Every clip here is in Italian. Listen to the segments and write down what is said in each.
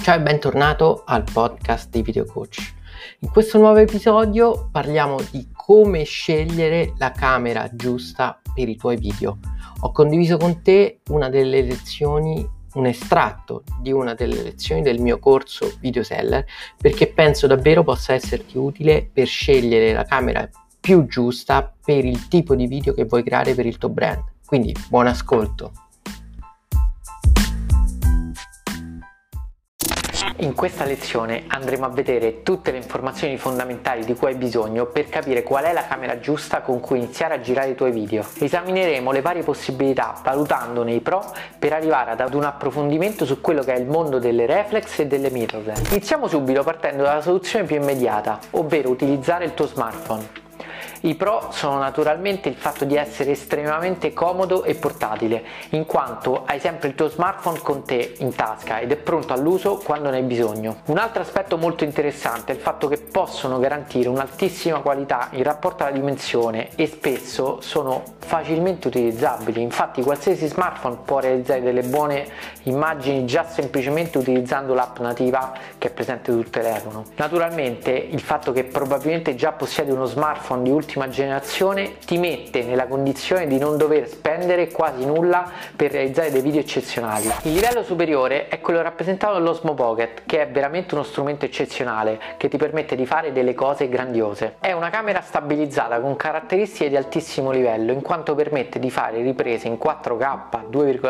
Ciao e bentornato al podcast di Video Coach. In questo nuovo episodio parliamo di come scegliere la camera giusta per i tuoi video. Ho condiviso con te un estratto di una delle lezioni del mio corso Video Seller, perché penso davvero possa esserti utile per scegliere la camera più giusta per il tipo di video che vuoi creare per il tuo brand. Quindi buon ascolto! In questa lezione andremo a vedere tutte le informazioni fondamentali di cui hai bisogno per capire qual è la camera giusta con cui iniziare a girare i tuoi video. Esamineremo le varie possibilità valutandone i pro per arrivare ad un approfondimento su quello che è il mondo delle reflex e delle mirrorless. Iniziamo subito partendo dalla soluzione più immediata, ovvero utilizzare il tuo smartphone. I pro sono naturalmente il fatto di essere estremamente comodo e portatile, in quanto hai sempre il tuo smartphone con te in tasca ed è pronto all'uso quando ne hai bisogno. Un altro aspetto molto interessante è il fatto che possono garantire un'altissima qualità in rapporto alla dimensione e spesso sono facilmente utilizzabili. Infatti qualsiasi smartphone può realizzare delle buone immagini già semplicemente utilizzando l'app nativa che è presente sul telefono. Naturalmente il fatto che probabilmente già possiedi uno smartphone di ultima generazione ti mette nella condizione di non dover spendere quasi nulla per realizzare dei video eccezionali. Il livello superiore è quello rappresentato dall'Osmo Pocket, che è veramente uno strumento eccezionale che ti permette di fare delle cose grandiose. È una camera stabilizzata con caratteristiche di altissimo livello, in quanto permette di fare riprese in 4K,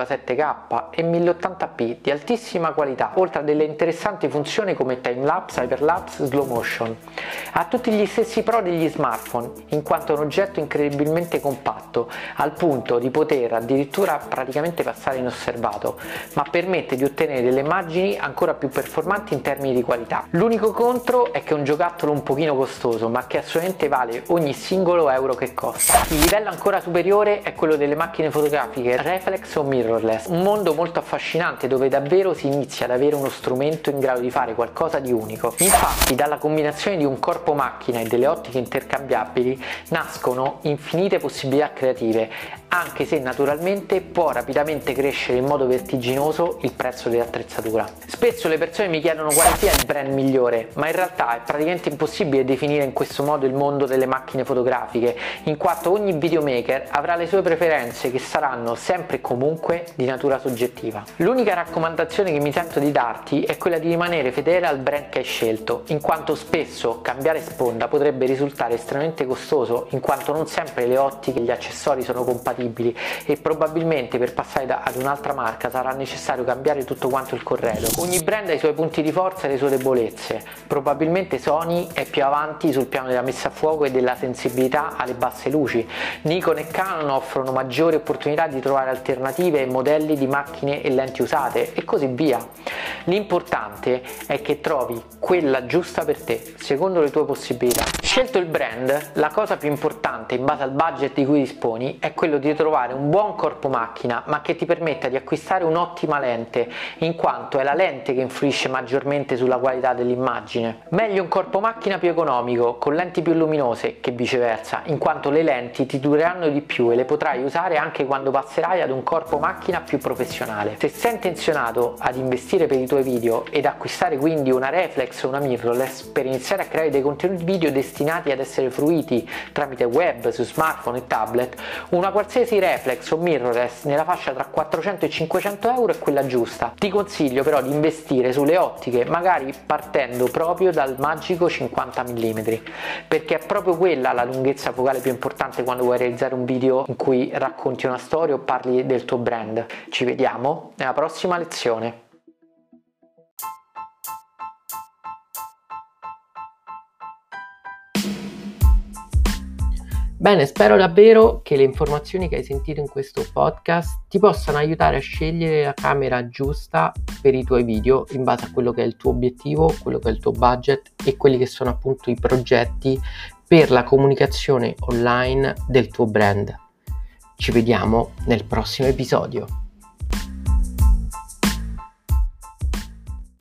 2,7K e 1080p di altissima qualità, oltre a delle interessanti funzioni come timelapse, hyperlapse, slow motion. Ha tutti gli stessi pro degli smartphone, in quanto è un oggetto incredibilmente compatto, al punto di poter addirittura praticamente passare inosservato, ma permette di ottenere delle immagini ancora più performanti in termini di qualità. L'unico contro è che è un giocattolo un pochino costoso, ma che assolutamente vale ogni singolo euro che costa. Il livello ancora superiore è quello delle macchine fotografiche reflex o mirrorless, un mondo molto affascinante dove davvero si inizia ad avere uno strumento in grado di fare qualcosa di unico. Infatti dalla combinazione di un corpo macchina e delle ottiche intercambiabili nascono infinite possibilità creative, anche se naturalmente può rapidamente crescere in modo vertiginoso il prezzo dell'attrezzatura. Spesso le persone mi chiedono quale sia il brand migliore, ma in realtà è praticamente impossibile definire in questo modo il mondo delle macchine fotografiche, in quanto ogni videomaker avrà le sue preferenze che saranno sempre e comunque di natura soggettiva. L'unica raccomandazione che mi sento di darti è quella di rimanere fedele al brand che hai scelto, in quanto spesso cambiare sponda potrebbe risultare estremamente costoso, in quanto non sempre le ottiche e gli accessori sono compatibili e probabilmente per passare ad un'altra marca sarà necessario cambiare tutto quanto il corredo. Ogni brand ha i suoi punti di forza e le sue debolezze. Probabilmente Sony è più avanti sul piano della messa a fuoco e della sensibilità alle basse luci. Nikon e Canon offrono maggiori opportunità di trovare alternative e modelli di macchine e lenti usate e così via. L'importante è che trovi quella giusta per te, secondo le tue possibilità. Scelto il brand, la cosa più importante in base al budget di cui disponi è quello di trovare un buon corpo macchina, ma che ti permetta di acquistare un'ottima lente, in quanto è la lente che influisce maggiormente sulla qualità dell'immagine. Meglio un corpo macchina più economico, con lenti più luminose, che viceversa, in quanto le lenti ti dureranno di più e le potrai usare anche quando passerai ad un corpo macchina più professionale. Se sei intenzionato ad investire per i tuoi video ed acquistare quindi una reflex o una mirrorless per iniziare a creare dei contenuti video destinati ad essere fruiti tramite web, su smartphone e tablet, una qualsiasi reflex o mirrorless nella fascia tra 400 e 500 euro è quella giusta. Ti consiglio però di investire sulle ottiche, magari partendo proprio dal magico 50 mm, perché è proprio quella la lunghezza focale più importante quando vuoi realizzare un video in cui racconti una storia o parli del tuo brand. Ci vediamo nella prossima lezione. Bene, spero davvero che le informazioni che hai sentito in questo podcast ti possano aiutare a scegliere la camera giusta per i tuoi video in base a quello che è il tuo obiettivo, quello che è il tuo budget e quelli che sono appunto i progetti per la comunicazione online del tuo brand. Ci vediamo nel prossimo episodio.